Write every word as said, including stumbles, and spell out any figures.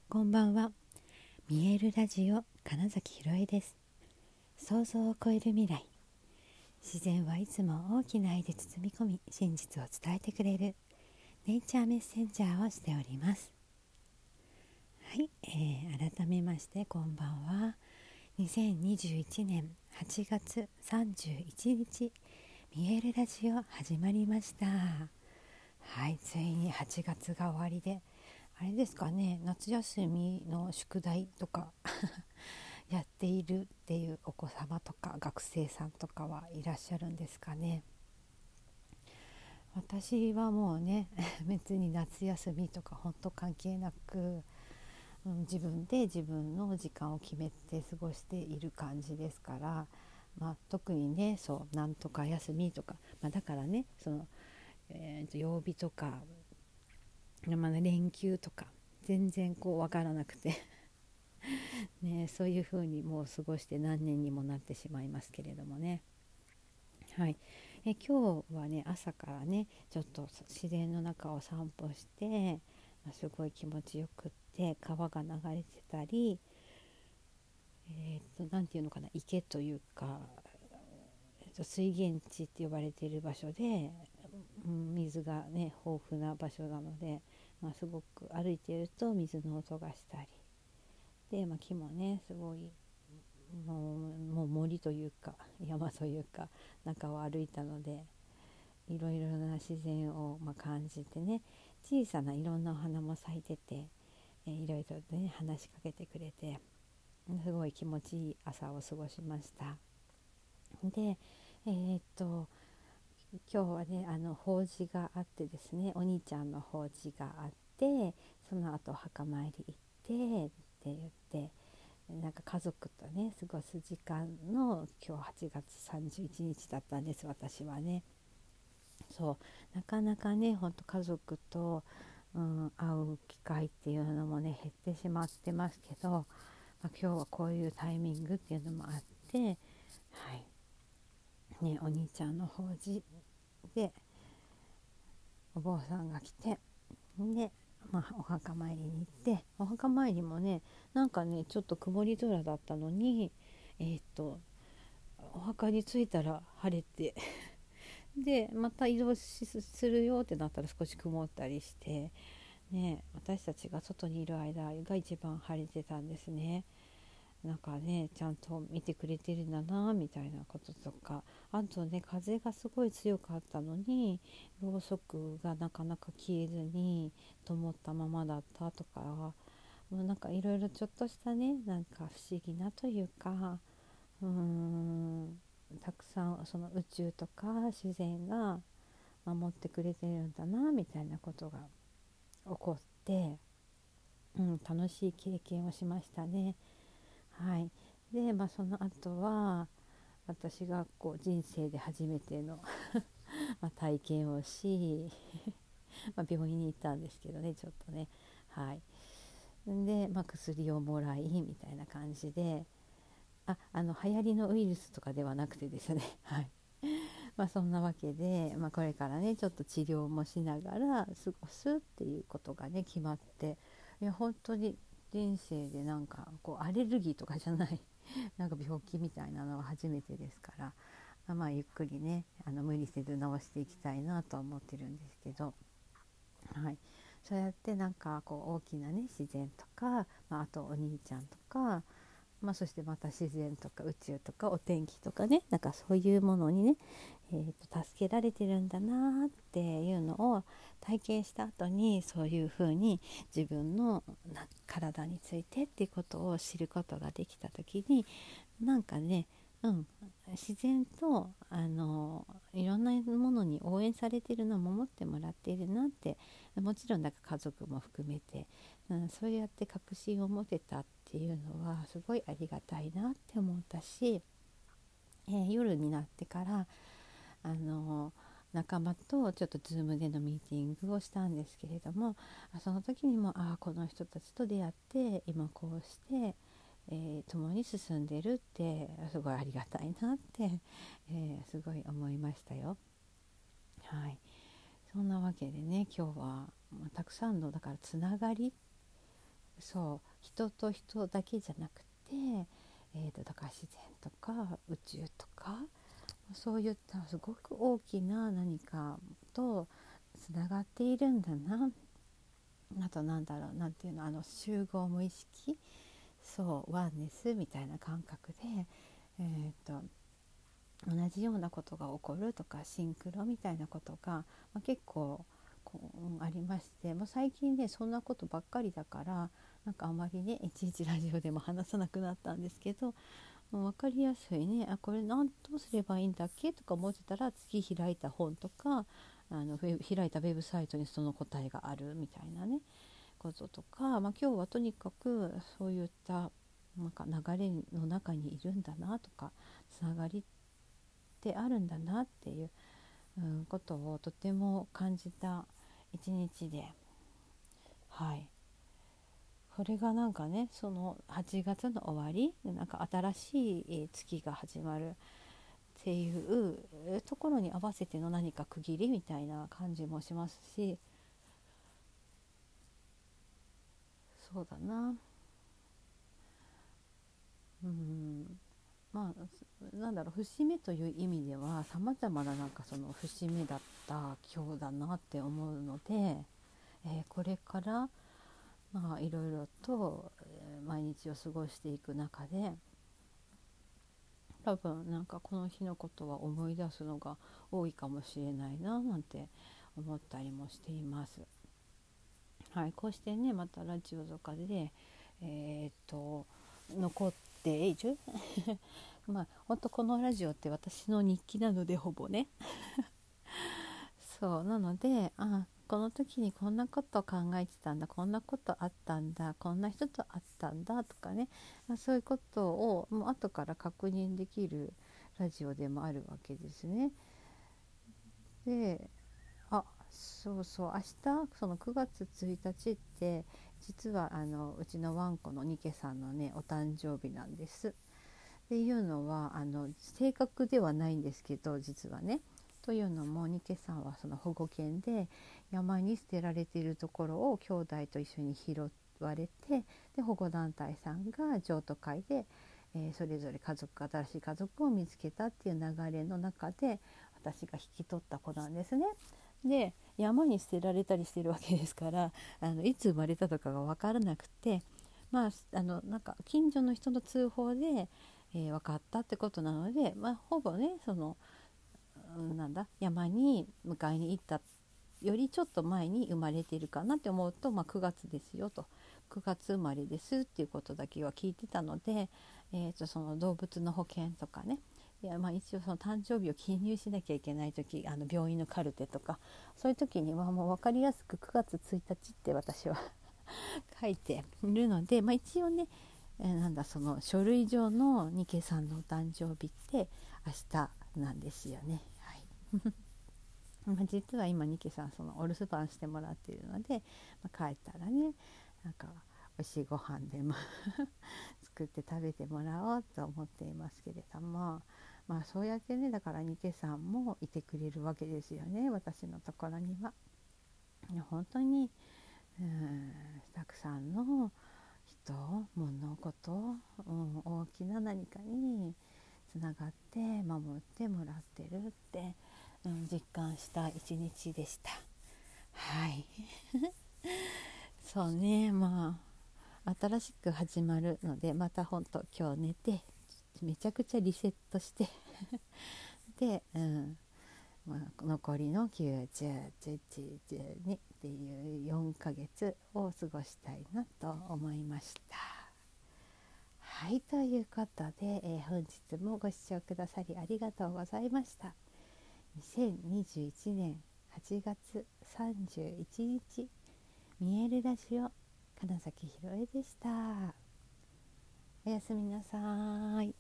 こんばんは。見えるラジオ金崎ひろえです。想像を超える未来。自然はいつも大きな愛で包み込み、真実を伝えてくれるネイチャーメッセンジャーをしております。はい、えー、改めましてこんばんは。にせんにじゅういちねんはちがつさんじゅういちにち、見えるラジオ始まりました。はい、ついにはちがつが終わりで、あれですかね、夏休みの宿題とかやっているっていうお子様とか学生さんとかはいらっしゃるんですかね。私はもうね別に夏休みとか本当関係なく、うん、自分で自分の時間を決めて過ごしている感じですから、まあ、特にね、そうなんとか休みとか、まあ、だからね、その、えーと曜日とか、まあ、連休とか全然こう分からなくてね、そういうふうにもう過ごして何年にもなってしまいますけれどもね。はい、え今日はね、朝からねちょっと自然の中を散歩して、まあ、すごい気持ちよくって、川が流れてたり、えー、となんていうのかな、池というか、えー、と水源地って呼ばれている場所で、うん、水がね豊富な場所なので、まあ、すごく歩いていると水の音がしたりで、まあ、木もねすごいもう、もう森というか山というか中を歩いたので、いろいろな自然をまあ感じてね、小さないろんなお花も咲いてて、えー、いろいろとね話しかけてくれて、すごい気持ちいい朝を過ごしました。で、えー、っと今日はね、あの法事があってですね、お兄ちゃんの法事があって、その後お墓参り行ってって言って、なんか家族とね過ごす時間の今日はちがつさんじゅういちにちだったんです、私はね。そうなかなかね、ほんと家族と、うん、会う機会っていうのもね減ってしまってますけど、まあ、今日はこういうタイミングっていうのもあって、はいね、お兄ちゃんの法事でお坊さんが来て、で、まあ、お墓参りに行って、お墓参りもね、なんかねちょっと曇り空だったのに、えー、っとお墓に着いたら晴れてでまた移動するよってなったら少し曇ったりして、ね、私たちが外にいる間が一番晴れてたんですね。なんかねちゃんと見てくれてるんだなみたいなこととか、あとね風がすごい強かったのにろうそくがなかなか消えずに灯ったままだったとか、もうなんかいろいろちょっとしたね、なんか不思議なというか、うーんたくさんその宇宙とか自然が守ってくれてるんだなみたいなことが起こって、うん、楽しい経験をしましたね。はい。で、まあ、その後は私がこう人生で初めてのまあ体験をしまあ病院に行ったんですけどね、ちょっとね。はい。で、まあ、薬をもらいみたいな感じで、あ、あの流行りのウイルスとかではなくてですねはい。まあそんなわけで、まあ、これからねちょっと治療もしながら過ごすっていうことがね決まって、いや本当に人生でなんかこうアレルギーとかじゃないなんか病気みたいなのは初めてですから、まあ、まあゆっくりね、あの無理せず治していきたいなとは思ってるんですけど、はい、そうやってなんかこう大きなね自然とか、まあ、あとお兄ちゃんとか、まあ、そしてまた自然とか宇宙とかお天気とかね、なんかそういうものにね、えー、と助けられてるんだなっていうのを体験した後に、そういうふうに自分の体についてっていうことを知ることができた時に、なんかね、うん、自然とあのいろんなものに応援されてるのを守ってもらっているなって、もちろんなんか家族も含めて、うん、そうやって確信を持てたっていうのはすごいありがたいなって思ったし、えー夜になってからあの仲間とちょっと Zoom でのミーティングをしたんですけれども、その時にもああこの人たちと出会って今こうして、えー、共に進んでるってすごいありがたいなって、えー、すごい思いましたよ。はい、そんなわけでね、今日は、まあ、たくさんのだからつながりそう人と人だけじゃなくて、えーと、だから自然とか宇宙とかそういったすごく大きな何かとつながっているんだな。あとなんだろうなんていうのあの集合無意識そうワンネスみたいな感覚で、えーと同じようなことが起こるとかシンクロみたいなことが、まあ、結構こうありまして、もう最近ねそんなことばっかりだからなんかあまりねいちいちラジオでも話さなくなったんですけど、もう分かりやすいね、あこれ何どうすればいいんだっけとか思ってたら次開いた本とかあのウェブ開いたウェブサイトにその答えがあるみたいなねこととか、まあ、今日はとにかくそういったなんか流れの中にいるんだなとかつながりってあるんだなっていう、うん、ことをとても感じた一日で、はい、これがなんかねそのはちがつの終わりなんか新しい月が始まるっていうところに合わせての何か区切りみたいな感じもしますし、そうだな、うん、まあなんだろう節目という意味ではさまざまななんかその節目だった今日だなって思うので、えーこれからまあいろいろと、えー毎日を過ごしていく中で多分なんかこの日のことは思い出すのが多いかもしれないななんて思ったりもしています。はい、こうしてねまたラジオとかでえー、っと残っているまあ本当このラジオって私の日記なのでほぼねそうなのであこの時にこんなこと考えてたんだこんなことあったんだこんな人と会ったんだとかね、まあ、そういうことをもう後から確認できるラジオでもあるわけですね。であそうそう明日そのくがつついたちって実はあのうちのワンコのニケさんのねお誕生日なんです。っていうのはあの正確ではないんですけど実はね。というのもニケさんはその保護犬で山に捨てられているところを兄弟と一緒に拾われて、で保護団体さんが譲渡会で、えーそれぞれ家族新しい家族を見つけたっていう流れの中で私が引き取った子なんですね。で山に捨てられたりしてるわけですからあのいつ生まれたとかが分からなくて、まあ、あのなんか近所の人の通報で、えー分かったってことなので、まあ、ほぼねその、うん、なんだ山に迎えに行ったよりちょっと前に生まれているかなって思うと、まあ、くがつですよとくがつ生まれですっていうことだけは聞いてたので、えー、とその動物の保険とかねいやまあ一応その誕生日を記入しなきゃいけない時あの病院のカルテとかそういう時にはもう分かりやすくくがつついたちって私は書いているので、まあ、一応ね、えーなんだその書類上のニケさんのお誕生日って明日なんですよね。はいまあ実は今ニケさんそのお留守番してもらっているので、まあ、帰ったらねなんか美味しいご飯でも作って食べてもらおうと思っていますけれども、まあそうやってねだからニケさんもいてくれるわけですよね私のところには。いや本当にうんたくさんの人物事、うん、大きな何かにつながって守ってもらってるって、うん、実感した一日でした。はいそうねまあ新しく始まるのでまたほんと今日寝てめちゃくちゃリセットしてで、うんまあ、残りのきゅう、じゅう、じゅういち、じゅうにっていうよんかげつを過ごしたいなと思いました。はいということで、えー本日もご視聴くださりありがとうございました。にせんにじゅういちねんはちがつさんじゅういちにち見えるラジオ金崎ひろえでした。おやすみなさい。